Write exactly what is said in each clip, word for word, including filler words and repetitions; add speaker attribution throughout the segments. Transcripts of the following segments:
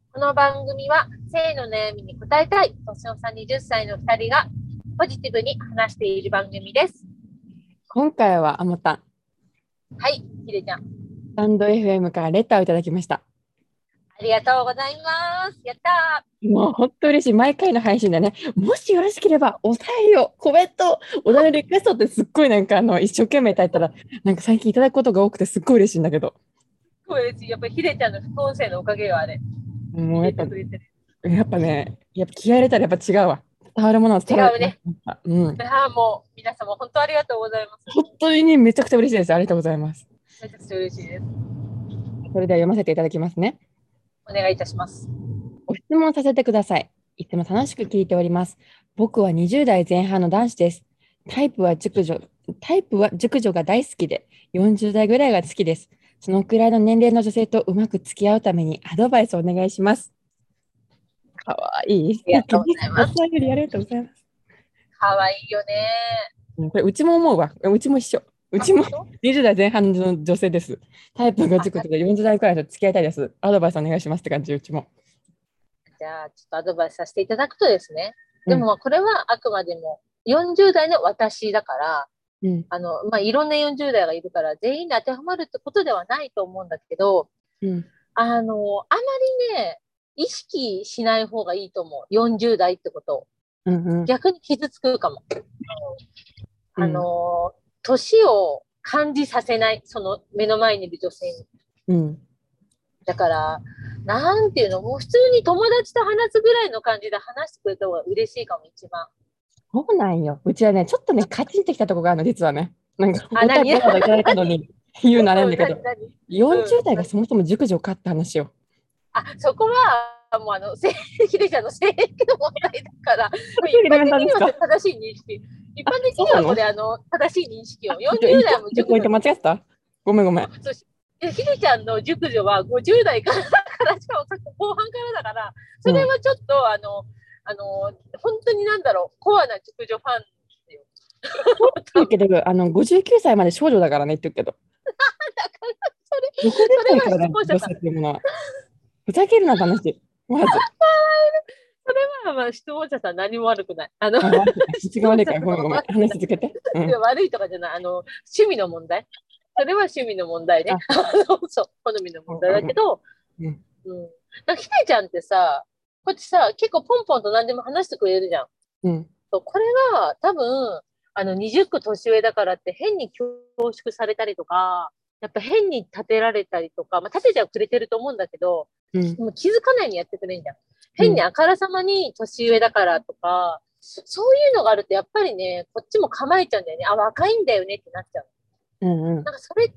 Speaker 1: この番組は性の悩みに答えたい年の差はたちのふたりがポジティブに話している番組です。
Speaker 2: 今回はあまた
Speaker 1: はい、ひでちゃん。
Speaker 2: スタンド エフエム からレターをいただきました。
Speaker 1: ありがとうございます。やった
Speaker 2: もう本当嬉しい。毎回の配信でね、もしよろしければお便りを、コメント、お題のリクエストってすっごいなんかあの一生懸命書いたら、なんか最近いただくことが多くてすっごい嬉しいんだけど。
Speaker 1: ー。嬉しい。やっぱりひでちゃんの副音声のおかげよ、あれ。入れ
Speaker 2: もうやっぱ、
Speaker 1: てくれてる。
Speaker 2: やっぱね、やっぱ気合い入れたらやっぱ違うわ。伝わるものは伝わる。
Speaker 1: 違うね。
Speaker 2: うん。
Speaker 1: ああ、もう皆様本当ありがとうございます。
Speaker 2: 本当にめちゃくちゃ嬉しいです。ありがとうございます。
Speaker 1: めちゃくちゃ嬉しいです。
Speaker 2: それでは読ませていただきますね。
Speaker 1: お願いいたします。
Speaker 2: ご質問させてください。いつも楽しく聞いております。僕はにじゅう代前半の男子です。タイプは熟女、タイプは熟女が大好きで、よんじゅう代ぐらいが好きです。そのくらいの年齢の女性とうまく付き合うためにアドバイスをお願いします。かわいい。素
Speaker 1: ありがとうご
Speaker 2: 敵です。お
Speaker 1: ざいます。
Speaker 2: 便りありがとうございます。
Speaker 1: かわいいよね。
Speaker 2: うんこれ、うちも思うわ。うちも一緒。う
Speaker 1: あ、
Speaker 2: ちも
Speaker 1: 本当？
Speaker 2: にじゅう代前半の女性です。タイプが
Speaker 1: あ、
Speaker 2: 熟女でよんじゅう代くらいと付き合いたいです。アドバイスお願いしますって感じ、うちも。
Speaker 1: じゃあ、ちょっとアドバイスさせていただくとですね。
Speaker 2: うん、
Speaker 1: でも、まあこれはあくまでもよんじゅう代の私だから、
Speaker 2: うん、
Speaker 1: あの、まあ、いろんなよんじゅう代がいるから、全員に当てはまるってことではないと思うんだけど、
Speaker 2: うん、
Speaker 1: あの、あまりね、意識しない方がいいと思う。よんじゅう代ってことを。
Speaker 2: うん、うん、
Speaker 1: 逆に傷つくかも。あ
Speaker 2: うん、
Speaker 1: の、年を感じさせない。その目の前にいる女性に。
Speaker 2: うん。
Speaker 1: だから、なんていうの、もう普通に友達と話すぐらいの感じで話してくれた方が嬉しいかも、一番。
Speaker 2: そうなんよ。うちはね、ちょっとね、カチンってきたとこがあるの、実はね。なんか、
Speaker 1: あ、
Speaker 2: お便
Speaker 1: 何何
Speaker 2: りわざわざいただいたのに言うのあれなん
Speaker 1: うん、
Speaker 2: だけど、
Speaker 1: 何何
Speaker 2: 40
Speaker 1: うん。
Speaker 2: 代がそもそも熟女かって話よ。
Speaker 1: あ、そこは、もうあの、性ヒデちゃんの性癖の問題だから、
Speaker 2: それ
Speaker 1: 一般
Speaker 2: エレメンタ
Speaker 1: 的にはそれ
Speaker 2: ですか？
Speaker 1: 正しい認識。一
Speaker 2: あ、
Speaker 1: 般的にはこ
Speaker 2: そうなの？
Speaker 1: れあの、正しい認識を。
Speaker 2: じゃあ、
Speaker 1: よんじゅう代
Speaker 2: いたってこう言って
Speaker 1: も熟女。
Speaker 2: 間違ってた？ごめんごめん。
Speaker 1: そうしヒデちゃんの熟女はごじゅう代からだから、しかも後半からだから、そ
Speaker 2: うん。
Speaker 1: れはちょっとあの、あの、本当になんだろう、コアな熟女ファンですよ。多分。
Speaker 2: 言うけど、あの、ごじゅうきゅうさいまで少女だからねって言うけど、
Speaker 1: だから、それ、
Speaker 2: 60
Speaker 1: それは
Speaker 2: 歳からね、女
Speaker 1: 質問者さん。
Speaker 2: 性っていうものは。ふざけるなって話。まず。
Speaker 1: それはまあ質問者さん何も悪くない。あの、
Speaker 2: あ、悪くない。口
Speaker 1: 質問者さん
Speaker 2: が悪いから、ごめんごめん。
Speaker 1: は悪くない。
Speaker 2: 話続けて。うん。
Speaker 1: 悪いとかじゃない。あの、趣味の問題。それは趣味の問題ね。
Speaker 2: あ、
Speaker 1: あのそう、好みの問題だ
Speaker 2: うん、
Speaker 1: けど、
Speaker 2: うん、
Speaker 1: うん。だひでちゃんってさ、こっちさ、結構ポンポンと何でも話してくれるじゃん。
Speaker 2: うん、
Speaker 1: そうこれが多分、あの、にじゅっこ年上だからって変に恐縮されたりとか、やっぱ変に立てられたりとか、まあ、立てちゃくれてると思うんだけど、
Speaker 2: うん、
Speaker 1: もう気づかないようにやってくれんじゃん。
Speaker 2: うん、
Speaker 1: 変にあからさまに年上だからとか、そういうのがあるとやっぱりね、こっちも構えちゃうんだよね。あ、若いんだよねってなっちゃう。
Speaker 2: うん、うん、
Speaker 1: なんかそれって、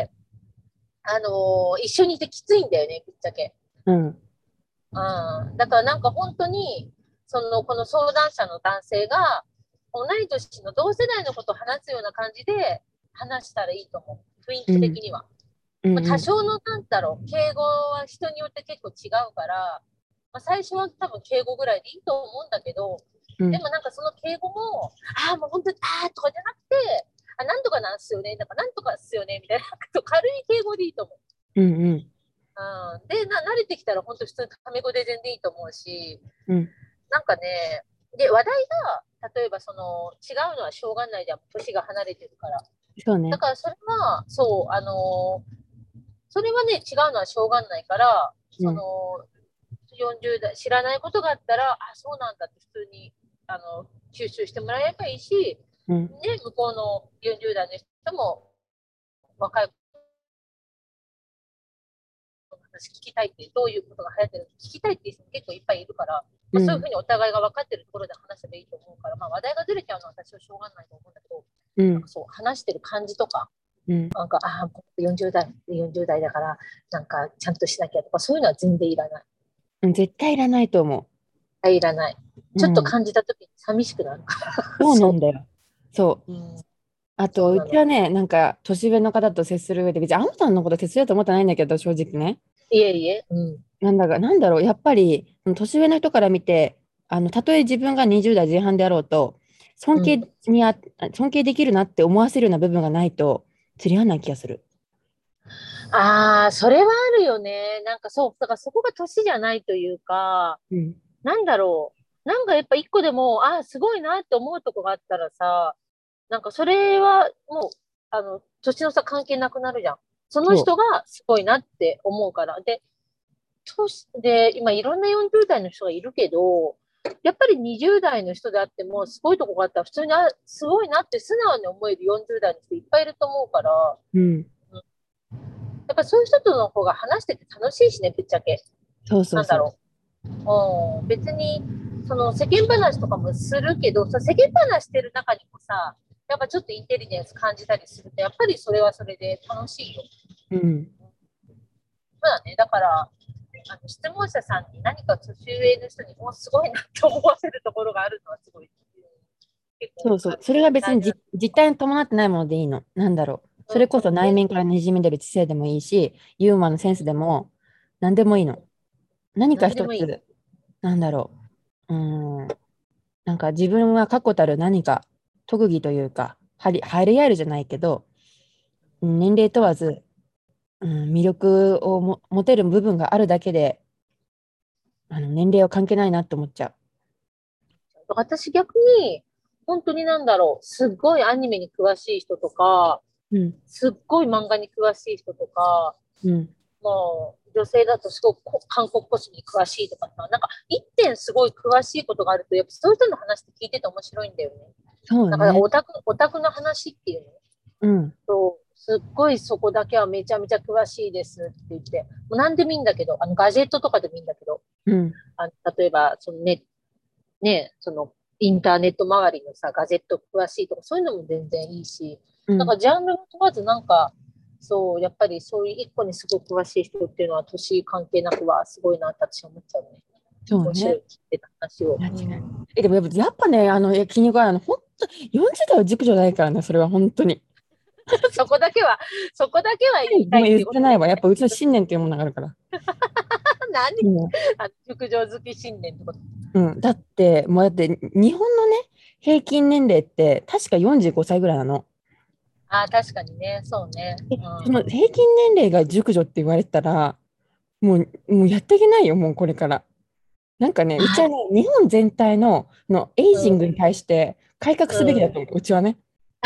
Speaker 1: あのー一緒にいてきついんだよね、ぶっちゃけ。
Speaker 2: うん、
Speaker 1: うん。だからなんか本当に、その、この相談者の男性が、同い年の同世代のことを話すような感じで話したらいいと思う。雰囲気的には。まあ、
Speaker 2: うん、うん、
Speaker 1: 多少の、なんだろう、敬語は人によって結構違うから、まあ、最初は多分敬語ぐらいでいいと思うんだけど、
Speaker 2: うん、
Speaker 1: でもなんかその敬語も、ああ、もう本当に、ああとかじゃなくて、あ、なんとかなんすよね、なんかなんとかっすよね、みたいな、軽い敬語でいいと思う。
Speaker 2: うん、
Speaker 1: うん、でな、慣れてきたら本当普通にタメ語で全然いいと思うし、
Speaker 2: うん、
Speaker 1: なんかね、で、話題が、例えばその、違うのはしょうがないじゃん。年が離れてるから。
Speaker 2: そうね。
Speaker 1: だからそれは、そう、あのーそれはね、違うのはしょうがないから、そ
Speaker 2: うん、
Speaker 1: の、よんじゅう代、知らないことがあったら、あ、そうなんだって普通に、あの、吸収してもらえばいいし、
Speaker 2: うん、
Speaker 1: ね、向こうのよんじゅう代の人も若い話聞きたいって、どういうことが流行ってるの聞きたいっていう人も結構いっぱいいるから、まあ、そういうふう
Speaker 2: うん、
Speaker 1: にお互いが分かってるところで話せばいいと思うから、まあ、話題がずれちゃうのは私はしょうがないと思うんだけど、
Speaker 2: うん、
Speaker 1: なんかそう、話してる感じとか、
Speaker 2: うん。
Speaker 1: なんか、ああ、よんじゅう代、よんじゅう代だから、なんか、ちゃんとしなきゃとか、そういうのは全然いらない。
Speaker 2: 絶対いらないと思
Speaker 1: いらない。
Speaker 2: う。
Speaker 1: ちょっと
Speaker 2: うん。
Speaker 1: 感じたときに寂しくなるから。
Speaker 2: そうな
Speaker 1: そ
Speaker 2: んだよ。そ
Speaker 1: う。
Speaker 2: う。
Speaker 1: うん、
Speaker 2: あと、
Speaker 1: そうなの。
Speaker 2: うちはね、なんか、年上の方と接する上で、別に、あなたのこと手伝うと思ってないんだけど、正直ね。
Speaker 1: いえいえ。うん。
Speaker 2: なんだか、なんだろう、やっぱり、年上の人から見て、あの、たとえ自分がにじゅう代前半であろうと、尊敬
Speaker 1: うん。
Speaker 2: にあ、尊敬できるなって思わせるような部分がないと、釣り合わない気がする。
Speaker 1: ああ、それはあるよね。なんかそう、だからそこが年じゃないというか、
Speaker 2: うん。
Speaker 1: なんだろう。なんかやっぱ一個でも、ああ、すごいなって思うとこがあったらさ、なんかそれはもう、あの、年の差関係なくなるじゃん。その
Speaker 2: そ
Speaker 1: 人がすごいなって思うから。で、年で、今いろんなよんじゅう代の人がいるけど、やっぱりにじゅう代の人であっても、すごいとこがあったら、普通に、あ、すごいなって素直に思えるよんじゅう代の人いっぱいいると思うから、
Speaker 2: う。うん。
Speaker 1: うん、やっぱそういう人との方が話してて楽しいしね、ぶっちゃけ。
Speaker 2: そうそうそう。
Speaker 1: なんだろう。うん、別に、その世間話とかもするけど、その世間話してる中にもさ、やっぱちょっとインテリジェンス感じたりすると、やっぱりそれはそれで楽しいよ。
Speaker 2: うん。
Speaker 1: そうだね。だから、あの質問者さんに何か年上の人にもうすごいなって思わせるところがあるのはすごい、結構
Speaker 2: そうそう。
Speaker 1: あの
Speaker 2: それが別
Speaker 1: 大事な。
Speaker 2: にじ実態に伴ってないものでいいの。なんだろう。それこそ内面からにじみ出る知性でもいいし、ユーモアのセンスでも何でもいいの。何か
Speaker 1: 何でもいい。
Speaker 2: 一つ、なんだろう。うーん。なんか自分は確固たる何か特技というか、ハリ、ハイレイヤルじゃないけど、うん年齢問わず、うん、魅力をも持てる部分があるだけで、あの年齢は関係ないなって思っちゃ
Speaker 1: 私逆に、本当になんだろう、すっごいアニメに詳しい人とか、
Speaker 2: う。うん。
Speaker 1: すっごい漫画に詳しい人とか、
Speaker 2: うん。
Speaker 1: もう女性だとすごく韓国コスメに詳しいとかさ、なんか一点すごい詳しいことがあると、やっぱそういう人の話って聞いてて面白いんだよね。だから
Speaker 2: そうね。
Speaker 1: オタク、オタクの話っていうの
Speaker 2: うん。
Speaker 1: と、すっごいそこだけはめちゃめちゃ詳しいですって言って、もう何でもいいんだけど、あのガジェットとかでもいいんだけど、
Speaker 2: うん。
Speaker 1: あの例えば、そのね、ね、そのインターネット周りのさ、ガジェット詳しいとか、そういうのも全然いいし、
Speaker 2: うん。
Speaker 1: なんかジャンルも問わずなんか、そう、やっぱりそういう一個にすごく詳しい人っていうのは年関係なくはすごいなって私は思っちゃうね。
Speaker 2: そうね。
Speaker 1: 面白い聞いてた話を。
Speaker 2: 間違いない。
Speaker 1: うん、
Speaker 2: え、でもやっぱやっぱね、あの、え気に食わないあの、本当よんじゅう代は熟女ないからね、それは本当に。
Speaker 1: そこだけは、そこだけは言いたいっ
Speaker 2: でも言
Speaker 1: ていうことね。
Speaker 2: ってないわ。やっぱうちの信念っていうものがあるから。
Speaker 1: 何
Speaker 2: うん。
Speaker 1: あ熟女好き信念ってこと。
Speaker 2: うん、だって、もうだって、日本のね、平均年齢って確かよんじゅうごさいぐらいなの。
Speaker 1: ああ、確かにね、そうね。
Speaker 2: え、その
Speaker 1: うん。
Speaker 2: 平均年齢が熟女って言われたら、もう、もうやっていけないよ、もうこれから。なんかね、うちはね、
Speaker 1: あ
Speaker 2: 日本全体の、のエイ
Speaker 1: うん、
Speaker 2: ジングに対して改革
Speaker 1: う
Speaker 2: すべきだと
Speaker 1: ん。
Speaker 2: 思う、うちはね。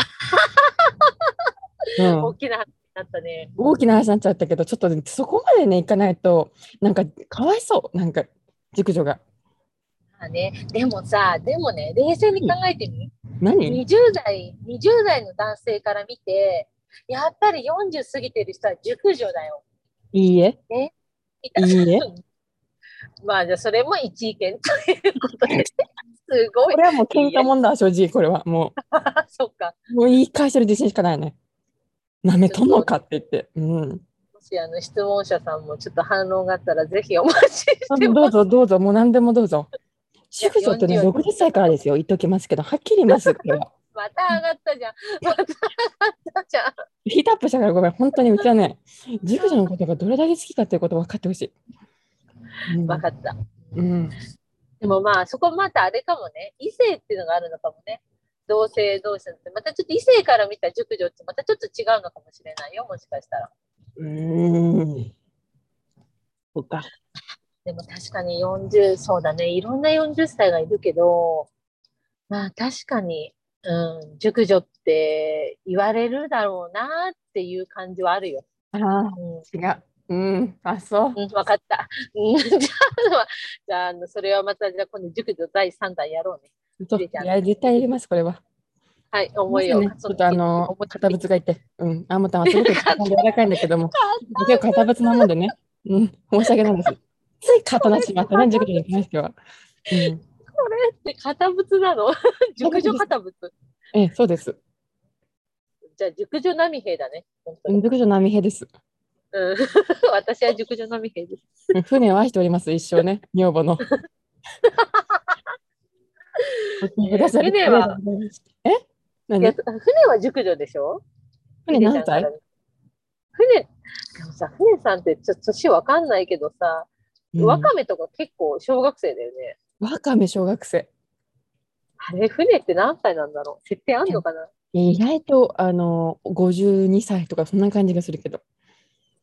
Speaker 2: うん。
Speaker 1: 大きな話になったね。
Speaker 2: 大きな話になっちゃったけど、ちょっとね、そこまでね、いかないと、なんか、かわいそう、なんか、熟女が。
Speaker 1: まあね、でもさ、でもね、冷静に考
Speaker 2: 何
Speaker 1: えてみ。
Speaker 2: 何
Speaker 1: にじゅう代、にじゅう代の男性から見て、やっぱりよんじゅう過ぎてる人は熟女だよ。
Speaker 2: いいえ、
Speaker 1: ね。みたい
Speaker 2: いいえ。
Speaker 1: な。まあ、じゃあそれも一意見ということで、すごい。
Speaker 2: これはもう喧
Speaker 1: いや、
Speaker 2: 嘩もんだ、正直、これは。も
Speaker 1: そっか。
Speaker 2: う、もう言い返せる自信しかないね。なめ
Speaker 1: ちょっと、
Speaker 2: とんのかって言って。うん。
Speaker 1: もしあの質問者さんもちょっと反論があったら、ぜひお待ちして
Speaker 2: どうぞ、
Speaker 1: ます。
Speaker 2: どうぞ、もう何でもどうぞ。
Speaker 1: いや、
Speaker 2: 熟女ってね、
Speaker 1: よんじゅうは
Speaker 2: ろくじゅっさいからですよ。言っときますけど、はっきり言います、これは。
Speaker 1: また上がったじゃん。また上がったじゃん。
Speaker 2: ヒートアップしたからごめん、本当にうちはね、熟女のことがどれだけ好きかということを分かってほしい。うん。
Speaker 1: わかった。
Speaker 2: うん。
Speaker 1: でもまあ、そこまたあれかもね。異性っていうのがあるのかもね。同性同士って、またちょっと異性から見た熟女ってまたちょっと違うのかもしれないよ、もしかしたら。
Speaker 2: うーん。そうか。
Speaker 1: でも確かによんじゅう、そうだね。いろんなよんじゅっさいがいるけど、まあ確かに、うん、熟女って言われるだろうなっていう感じはあるよ。
Speaker 2: ああ、
Speaker 1: うん、
Speaker 2: 違う。うん。あ、そう。
Speaker 1: うん、わかった。うん、じゃあ、じゃあ、あのそれはまた、じゃあ今度熟女だいさんだんやろうね。
Speaker 2: そう。いや、
Speaker 1: ひでちゃんの。
Speaker 2: 絶対やります、これは。
Speaker 1: はい、
Speaker 2: すいませんね。
Speaker 1: 思いを、そ
Speaker 2: ちょっとあ
Speaker 1: の決意を
Speaker 2: の、堅
Speaker 1: 持って。
Speaker 2: 物がいて。うん。あむたんはすごく柔らかいんだけども、結構堅物なもんでね。うん。申し訳ないです。ついカッと
Speaker 1: これ
Speaker 2: なってしまったね、
Speaker 1: って堅、
Speaker 2: 熟女に関しては。うん。
Speaker 1: これって堅物なの？熟女
Speaker 2: 堅物です。
Speaker 1: 堅物。
Speaker 2: ええ、そうです。
Speaker 1: じゃあ、熟女並兵だね。本当に。
Speaker 2: うん熟女波平です。
Speaker 1: うん。私は熟女並兵です。
Speaker 2: うん船を愛しております、一生ね。女房の。お聞きくだ
Speaker 1: ね、
Speaker 2: さり、ありがとう
Speaker 1: 船は、
Speaker 2: ございます。え
Speaker 1: いや、
Speaker 2: 何
Speaker 1: 船は熟女でしょ？ひ
Speaker 2: 船何歳
Speaker 1: でちゃんから。船、でもさ、船さんってちょっと年わかんないけどさ、
Speaker 2: うん。
Speaker 1: わかめとか結構小学生だよね。
Speaker 2: わかめ小学生。
Speaker 1: あれ、船って何歳なんだろう？設定あん
Speaker 2: いや
Speaker 1: のかな？
Speaker 2: 意外と、あの、ごじゅうにさいとか、そんな感じがするけど。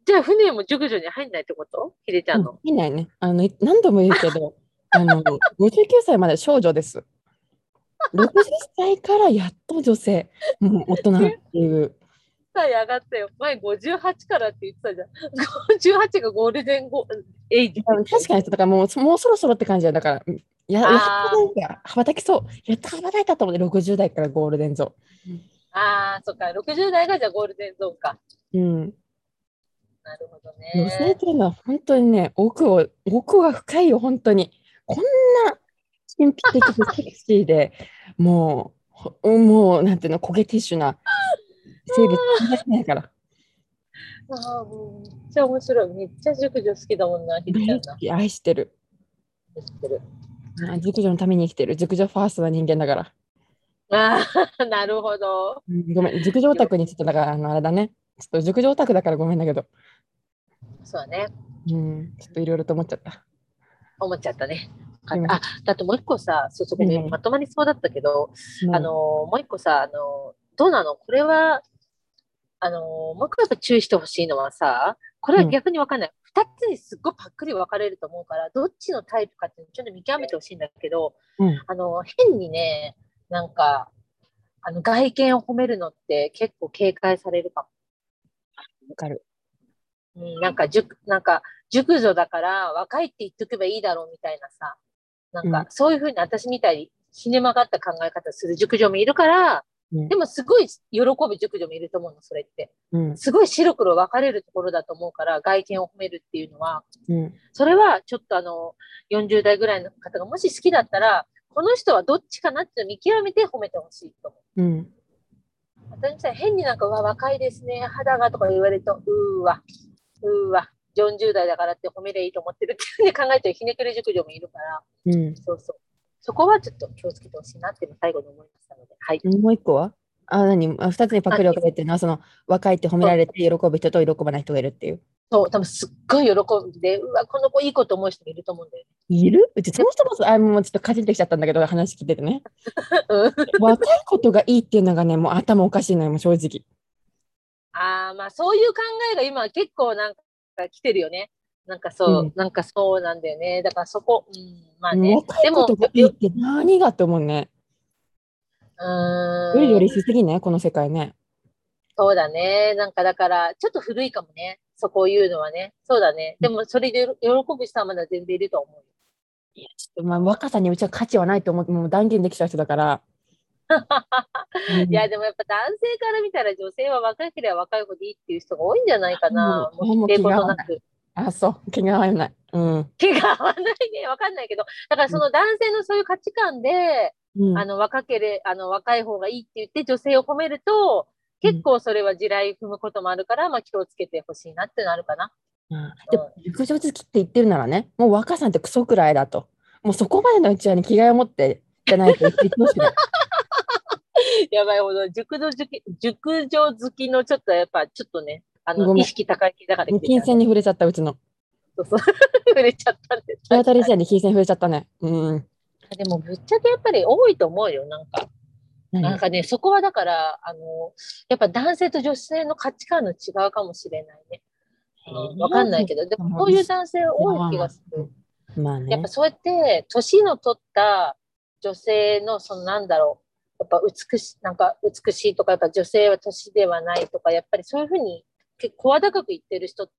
Speaker 1: じゃあ船も熟女に入んないってことひでちゃ
Speaker 2: うん、
Speaker 1: んの。
Speaker 2: いないね。あの、何度も言うけど、あの、ごじゅうきゅうさいまで少女です。ろくじゅっさいからやっと女性、もう大人っていう。
Speaker 1: さえ上がったよ。前ごじゅうはちからって言ってたじゃん。ごじゅうはちがゴールデンゴエイジって言ってたよ。
Speaker 2: 確かに、だからもう、もうそろそろって感じだ。だから、や、やっ
Speaker 1: あ
Speaker 2: となんか羽ばたきそう。やっと羽ばたいたと思って、ろくじゅう代からゴールデンゾ
Speaker 1: あ、ああ、そっか。ろくじゅう代がじゃあゴールデンゾーンか。
Speaker 2: ーン。うん。
Speaker 1: なるほど
Speaker 2: 女性っ
Speaker 1: ね。
Speaker 2: ていうのは本当にね、奥を、奥が深いよ、本当に。こんな神秘的でセクシーで、もう、ほもう、なんていうの、コケティッシュな生物、存在しないから。
Speaker 1: ああ、もうめっちゃ面白い。めっちゃ熟女好きだもんな、ひでちゃんな。
Speaker 2: 大好き、愛してる。
Speaker 1: 知ってる。
Speaker 2: あ、熟女のために生きてる。熟女ファーストな人間だから。
Speaker 1: ああ、なるほど。
Speaker 2: うん、ごめん、熟女オタ
Speaker 1: よ
Speaker 2: クにちょっとだから、あの、あれだね。ちょっと熟女オタクだからごめんだけど、
Speaker 1: そうだね。
Speaker 2: うん、ちょっといろいろと思っちゃった。
Speaker 1: 思っちゃったね。あ、
Speaker 2: すいません。
Speaker 1: だってもう一個さ、そうそう、ごめん、ま
Speaker 2: 何何
Speaker 1: とまりそうだったけど、あの、
Speaker 2: 何？
Speaker 1: もう一個さ、あの、どうなのこれは、あの、もう一個やっぱ注意してほしいのはさ、これは
Speaker 2: うん、
Speaker 1: 逆にわかんない。二つにすっごいパックリ分かれると思うから、どっちのタイプかっていうのをちょっと見極めてほしいんだけど、
Speaker 2: うん、
Speaker 1: あの、変にね、なんか、あの、外見を褒めるのって結構警戒されるかも。
Speaker 2: わかる。
Speaker 1: うん、なんか、熟、なんか、熟女だから若いって言っとけばいいだろうみたいなさ、なんか、
Speaker 2: うん、
Speaker 1: そういうふうに私みたいにひね曲がった考え方する熟女もいるから、
Speaker 2: うん、
Speaker 1: でもすごい喜ぶ熟女もいると思うの、それって。
Speaker 2: うん、
Speaker 1: すごい白黒分かれるところだと思うから、外見を褒めるっていうのは、
Speaker 2: うん、
Speaker 1: それはちょっとあの、よんじゅう代ぐらいの方がもし好きだったら、この人はどっちかなって見極めて褒めてほしいと思う。
Speaker 2: うん。
Speaker 1: 私さ、変になんか、うわ、若いですね、肌がとか言われると、うーわ、うーわ、よんじゅう代だからって褒めりゃいいと思ってるっていうふうに考えてるひねくれ熟女もいるから、
Speaker 2: うん。
Speaker 1: そうそう。そこはちょっと気をつけてほしいなって最後に思いましたので、はい。
Speaker 2: もう一個はあ、何あ、二つにパクリ分かれてるのは、その若いって褒められて喜ぶ人と喜ばない人がいるっていう。
Speaker 1: そう、多分すっごい喜んで、うわ、この子いいこと思う人もいると思うんだよ
Speaker 2: いるうち、そ
Speaker 1: ね。
Speaker 2: もそも、あ、もうちょっとかじってきちゃったんだけど、話聞いててね。
Speaker 1: うん、
Speaker 2: 若いことがいいっていうのがね、もう頭おかしいのよ、もう正直。
Speaker 1: ああ、まあそういう考えが今結構なんか来てるよね。なんか
Speaker 2: うん。
Speaker 1: そう、なんかそうなんだよね。だからそこ、うん、まあね。
Speaker 2: 若い
Speaker 1: でも、
Speaker 2: ことが
Speaker 1: よ、よ、
Speaker 2: いいって何がって思うね。
Speaker 1: う
Speaker 2: よりよ
Speaker 1: ーん、
Speaker 2: りしすぎね、この世界ね。
Speaker 1: そうだね。なんかだから、ちょっと古いかもね。そこを言うのはね。そうだね。でもそれで喜ぶ人はまだ全然いると思うよ。
Speaker 2: いや、ちょっとまあ、若さにうちは価値はないと思って、もう断言できちゃう人だから。う
Speaker 1: いや、
Speaker 2: ん。
Speaker 1: でもやっぱ男性から見たら女性は若ければ若いほどいいっていう人が多いんじゃないか
Speaker 2: も
Speaker 1: な。もう
Speaker 2: う、もう
Speaker 1: 否定
Speaker 2: 気が合わない。
Speaker 1: ことなく。
Speaker 2: あ、そう、気が合わない。うん。
Speaker 1: 気が合わないね。わかんないけど。だからその男性のそういう価値観で、
Speaker 2: うん。
Speaker 1: あの、若けれ、あの、若い方がいいって言って女性を褒めると、
Speaker 2: うん。
Speaker 1: 結構それは地雷踏むこともあるから、まあ気をつけてほしいなってなるかな。
Speaker 2: うん、でも、
Speaker 1: うん。
Speaker 2: 陸上好きって言ってるならね、もう若さんってクソくらいだと。もうそこまでのうちはね、着替えを持ってじゃないと言ってほしくない。
Speaker 1: やばいほど、熟女好き、熟女好きのちょっとやっぱ、ちょっとね、あの、
Speaker 2: ごめ
Speaker 1: 意識高い系だから
Speaker 2: ん。
Speaker 1: 来てたよね。
Speaker 2: 金銭に触れちゃった、うちの。
Speaker 1: そうそう。触れちゃったんで、
Speaker 2: 日当たり時
Speaker 1: 確かに。
Speaker 2: 点で金銭に触れちゃったね。うん。
Speaker 1: でも、ぶっちゃけやっぱり多いと思うよ、なんか。なん
Speaker 2: 何？
Speaker 1: かね、そこはだから、あの、やっぱ男性と女性の価値観の違うかもしれないね。
Speaker 2: え
Speaker 1: うん、わかんない
Speaker 2: ー、
Speaker 1: けど、でも
Speaker 2: もう一
Speaker 1: そういう男性
Speaker 2: いや、
Speaker 1: 多い気
Speaker 2: まあまあ。
Speaker 1: がする。
Speaker 2: うん、まあね。
Speaker 1: やっぱそうやって、年の取った女性の、そのなんだろう、やっぱ美しい、なんか美しいとか、やっぱ女性は年ではないとか、やっぱりそういうふうに結構声高く言ってる人って、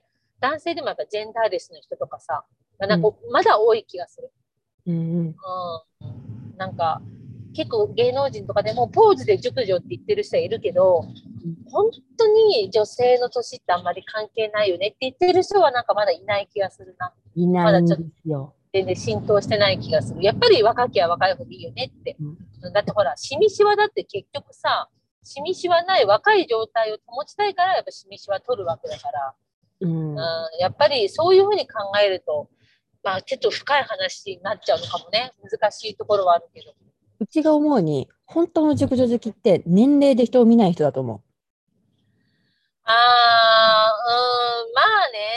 Speaker 1: 男性でもやっぱジェンダーレスの人とかさ、なんか
Speaker 2: うん。
Speaker 1: まだ多い気がする。
Speaker 2: うんうん。
Speaker 1: うん。なんか、結構芸能人とかでもポーズで熟女って言ってる人はいるけど、本当に女性の年ってあんまり関係ないよねって言ってる人はなんかまだいない気がするな。
Speaker 2: いないんで
Speaker 1: まだちょっと
Speaker 2: すよ。
Speaker 1: 全然浸透してない気がする。やっぱり若きゃ若いほどいいよねって。
Speaker 2: うん。
Speaker 1: だってほら、シミシワだって結局さ、シミシワない若い状態を保ちたいからやっぱシミシワ取るわけだから、
Speaker 2: うん。
Speaker 1: うん、やっぱりそういうふうに考えると、まあちょっと深い話になっちゃうのかもね。難しいところはあるけど。
Speaker 2: うちが思うに、本当の熟女好きって年齢で人を見ない人だと思
Speaker 1: ああ、うん、まあね。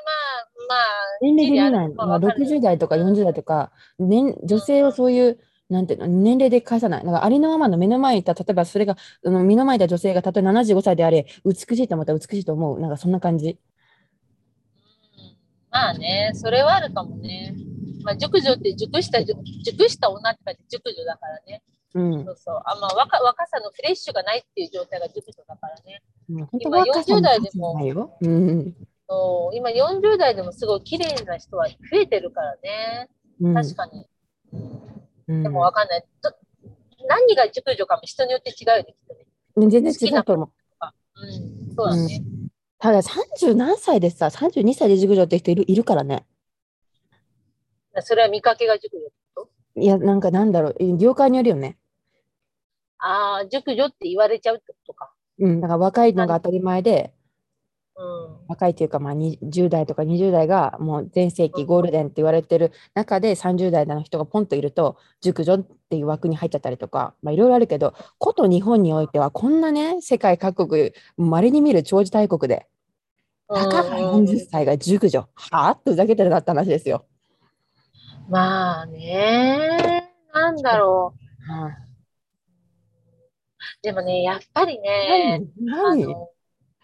Speaker 1: まあ、まあ、
Speaker 2: う。年齢
Speaker 1: 一理ある。
Speaker 2: で見ない、
Speaker 1: まあ、
Speaker 2: まあ、
Speaker 1: わかる。
Speaker 2: ろくじゅう代とかよんじゅう代とか、年、女性はそういう、 なんていうの、年齢で返さない。だからありのままの目の前にいた、例えばそれが、あの目の前にいた女性がたとえななじゅうごさいであれ、美しいと思ったら美しいと思う。なんかそんな感じ。
Speaker 1: うん、まあね、それはあるかもね。まあ、熟女って熟した、熟した女って書いて熟女だからね。
Speaker 2: うん。
Speaker 1: そうそう。あ、まあ若、若さのフレッシュがないっていう状態が熟女だからね。
Speaker 2: もう本当
Speaker 1: 今40
Speaker 2: 若さに価値な
Speaker 1: 代でも、
Speaker 2: いよ。うん。
Speaker 1: そう今よんじゅう代でもすごい綺麗な人は増えてるからね。
Speaker 2: うん。
Speaker 1: 確かに。
Speaker 2: うん。
Speaker 1: でもわかんない。と何が熟女かも人によって違うよね、きっとね。
Speaker 2: 全然
Speaker 1: 好きなこと
Speaker 2: 違うと思
Speaker 1: とか。うん、そう
Speaker 2: う。うん。
Speaker 1: だね。
Speaker 2: たださんじゅう何歳でさ、さんじゅうにさいで熟女って人いる、いるからね。
Speaker 1: それは見かけが熟女ってこと？
Speaker 2: いや、なんかなんだろう、業界によるよね。
Speaker 1: ああー、熟女って言われちゃうってことか。
Speaker 2: うん。だから若いの
Speaker 1: なん
Speaker 2: が当たり前で、
Speaker 1: うん。
Speaker 2: 若いっていうか、まあ、にじゅう代とかにじゅう代がもう全盛
Speaker 1: うん。
Speaker 2: 期ゴールデンって言われてる中でさんじゅう代の人がポンといると熟女っていう枠に入っちゃったりとか、まあ、いろいろあるけど、こと日本においてはこんなね、世界各国、稀に見る長寿大国で、
Speaker 1: う
Speaker 2: たかが40
Speaker 1: んうん。
Speaker 2: 歳が熟女、はあってふざけてるなって話ですよ。
Speaker 1: まあね、なんだろう。
Speaker 2: はい。
Speaker 1: でもね、やっぱりね、
Speaker 2: 何何
Speaker 1: あの、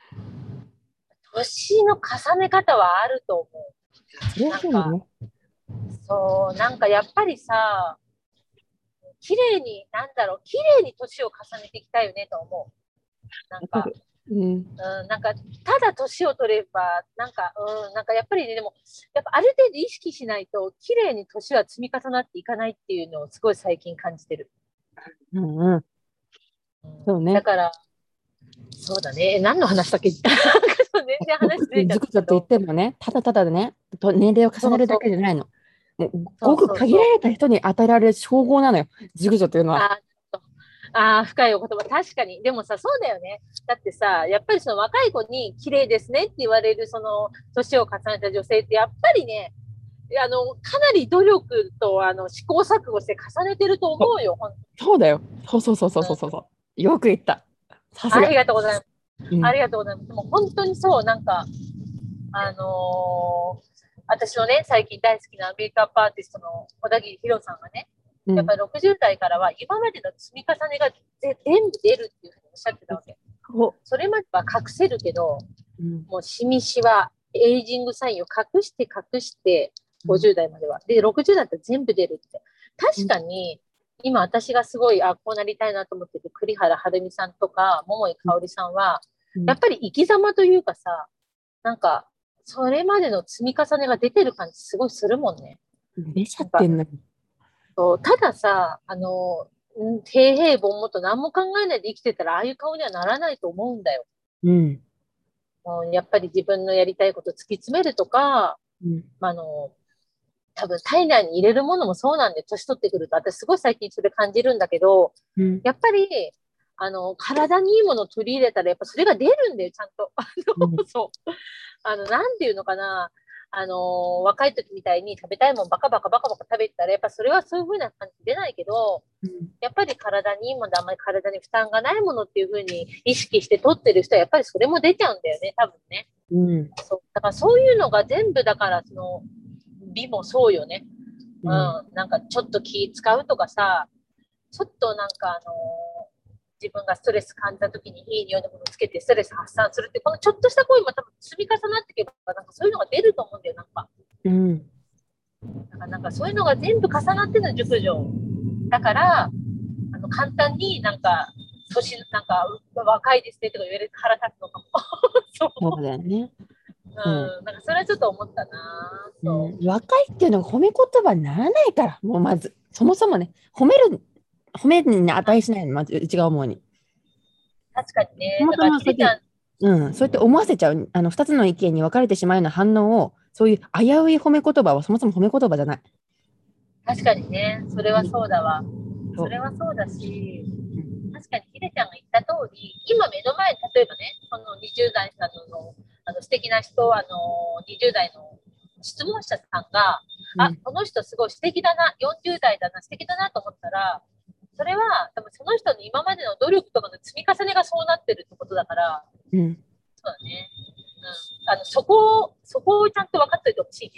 Speaker 1: 年の重ね方はあると思
Speaker 2: それ
Speaker 1: う。なんか、
Speaker 2: はそうなの。
Speaker 1: そう、なんかやっぱりさ、綺麗に、なんだろう、綺麗に年を重ねていきたいよねと思う。なんか、
Speaker 2: わかる。うん。
Speaker 1: うん、なんか、ただ年を取れば、なんか、うん、なんかやっぱりね、でも、やっぱある程度意識しないと、綺麗に年は積み重なっていかないっていうのをすごい最近感じてる。
Speaker 2: うんうん。
Speaker 1: うん、
Speaker 2: そうね。
Speaker 1: だから、そうだね。何の話だっけ？なんかそう全然話ずれちゃっ
Speaker 2: 熟女って言っ
Speaker 1: たけど。
Speaker 2: てもね、ただただでね、と年齢を重ねるだ
Speaker 1: そうそう。
Speaker 2: けじゃないの。もう
Speaker 1: そう
Speaker 2: ごく限ら
Speaker 1: そうそう。
Speaker 2: れた人に与えられる称号なのよ、熟女というのは。
Speaker 1: あーあー、深いお言葉。確かに。でもさ、そうだよね。だってさ、やっぱりその若い子に綺麗ですねって言われる、その、年を重ねた女性って、やっぱりね、あの、かなり努力と、あの、試行錯誤して重ねてると思
Speaker 2: そ
Speaker 1: うよ、ほん、
Speaker 2: そうだよ。そうそうそうそうそう
Speaker 1: うん。
Speaker 2: そう。よく言った。さすが。
Speaker 1: ありがとうございます。
Speaker 2: うん。
Speaker 1: ありがとうございます。でも本当にそう、なんか、あのー私のね、最近大好きなメイクアップアーティストの小田切ヒロさんがね、
Speaker 2: うん。
Speaker 1: やっぱりろくじゅう代からは今までの積み重ねが全部出るっていうふうにおっしゃってたわけ。
Speaker 2: お、
Speaker 1: それまでは隠せるけど、
Speaker 2: うん。
Speaker 1: もうシミシワ、エイジングサインを隠して隠して、
Speaker 2: うん。
Speaker 1: ごじゅう代までは。で、ろくじゅう代だったら全部出るって。確かに、今私がすごい、あ、こうなりたいなと思ってる栗原はるみさんとか、桃井かおりさんは、
Speaker 2: うん。
Speaker 1: やっぱり生き様というかさ、なんか、それまでの積み重ねが出てる感じすごいするもんね。
Speaker 2: 出ちゃ
Speaker 1: なんか、
Speaker 2: ってんのよ。
Speaker 1: そうたださ、あの、ん平々凡々と何も考えないで生きてたら、ああいう顔にはならないと思うんだよ。
Speaker 2: うん。
Speaker 1: もうやっぱり自分のやりたいこと突き詰めるとか、
Speaker 2: うん。
Speaker 1: まあ、あの、多分体内に入れるものもそうなんで、年取ってくると、私すごい最近それ感じるんだけど、
Speaker 2: うん。
Speaker 1: やっぱり、あの、体にいいものを取り入れたら、やっぱそれが出るんだよ、ちゃんと。あ
Speaker 2: うん。
Speaker 1: の、そう。あの、なんていうのかな。あの、若い時みたいに食べたいもんバカバカバカバカ食べてたら、やっぱそれはそういう風な感じ出ないけど、
Speaker 2: うん。
Speaker 1: やっぱり体にいいものであんまり体に負担がないものっていう風に意識して取ってる人は、やっぱりそれも出ちゃうんだよね、多分ね。
Speaker 2: うん。
Speaker 1: そう。だからそういうのが全部だから、その、美もそうよね。
Speaker 2: うん。
Speaker 1: うん。なんかちょっと気使うとかさ、ちょっとなんかあの自分がストレス感じた時にいい匂いのものをつけてストレス発散するって、このちょっとした行為も多分積み重なっていけば、なんかそういうのが出ると思うんだよ、なんか。
Speaker 2: うん。
Speaker 1: なんかなんかそういうのが全部重なっての熟女。だから、あの簡単になんか、年、なんか若いですねとか言われて腹立つのかも。そう。
Speaker 2: そうだよね。うん。
Speaker 1: うん。なんかそれはちょっと思ったな。
Speaker 2: うん、
Speaker 1: そう。
Speaker 2: 若いっていうのが褒め言葉にならないから、もうまず、そもそもね、褒める、褒めに値しないの、まず、うちが思うに。
Speaker 1: 確かにね。
Speaker 2: そも
Speaker 1: だから、
Speaker 2: そもそうやって、
Speaker 1: ひでちゃん、
Speaker 2: うん、そうやって思わせちゃう、あの、二つの意見に分かれてしまうような反応を、そういう危うい褒め言葉はそもそも褒め言葉じゃない。
Speaker 1: 確かにね。それは
Speaker 2: うん、
Speaker 1: そうだわ。そ
Speaker 2: そ
Speaker 1: れはそうだし、
Speaker 2: う。うん、
Speaker 1: 確かにヒデちゃんが言った通り、今目の前に例えばね、このにじゅう代さんのあの素敵な人、あのにじゅう代の質問者さんが、あ、
Speaker 2: うん、
Speaker 1: この人すごい素敵だな、よんじゅう代だな、素敵だなと思ったら、それは多分その人の今までの努力とかの積み重ねがそうなってるってことだから、
Speaker 2: うん、
Speaker 1: そうだね。うん。あの、そこを、そこをちゃんと分かっておいてほしいね。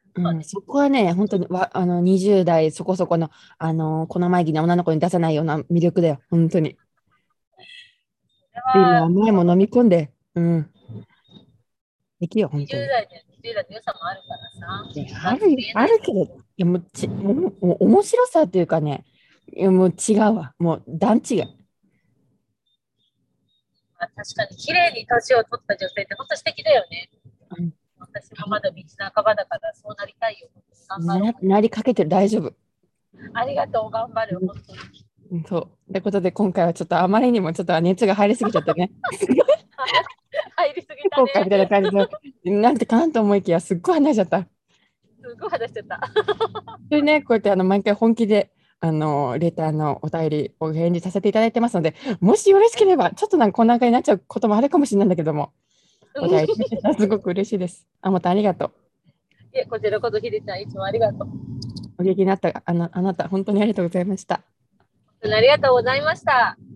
Speaker 2: う
Speaker 1: そうね。
Speaker 2: ん、そこはね、本当にわあのにじゅう代そこそこの、あの小生意気な女の子に出さないような魅力だよ、本当に。
Speaker 1: それ
Speaker 2: で、今、
Speaker 1: は、
Speaker 2: 甘いも飲み込んで、うん、できよ、本当
Speaker 1: 20
Speaker 2: に。
Speaker 1: 代にはにじゅう代の良さもあるからさ、
Speaker 2: ね、ある、
Speaker 1: なんとも言えないけど。
Speaker 2: あるけど、いやもうち、もう、もう面白さっていうかね、いやもう違うわ、もう段違い。
Speaker 1: まあ、確かに綺麗に年を取った女性って本当素敵だよね。
Speaker 2: うん、
Speaker 1: 私もまだ道半ばだからそうなりたいよ。頑張ろ
Speaker 2: な、なりかけてる、大丈夫。
Speaker 1: う。ありがとう、頑張る、本当に。
Speaker 2: うん、そう。ということで、今回はちょっとあまりにもちょっと熱が入りすぎちゃってね。
Speaker 1: 入りすぎたね。
Speaker 2: 効果みたいな感じで、なんてかなと思いきや、すっごい話しちゃった。
Speaker 1: すごい話しちゃった。
Speaker 2: でね、こうやってあの毎回本気で、あの、レターのお便りを返事させていただいてますので、もしよろしければ、ちょっとなんかこんな感じになっちゃうこともあるかもしれないんだけども、お便りいただいてすごく嬉しいです。あ、またありがとう。
Speaker 1: いえ、こちらこそひでちゃん、いつもありがとう。本
Speaker 2: お元気になったあの、あなた、本当にありがとうございました。
Speaker 1: 当にありがとうございました。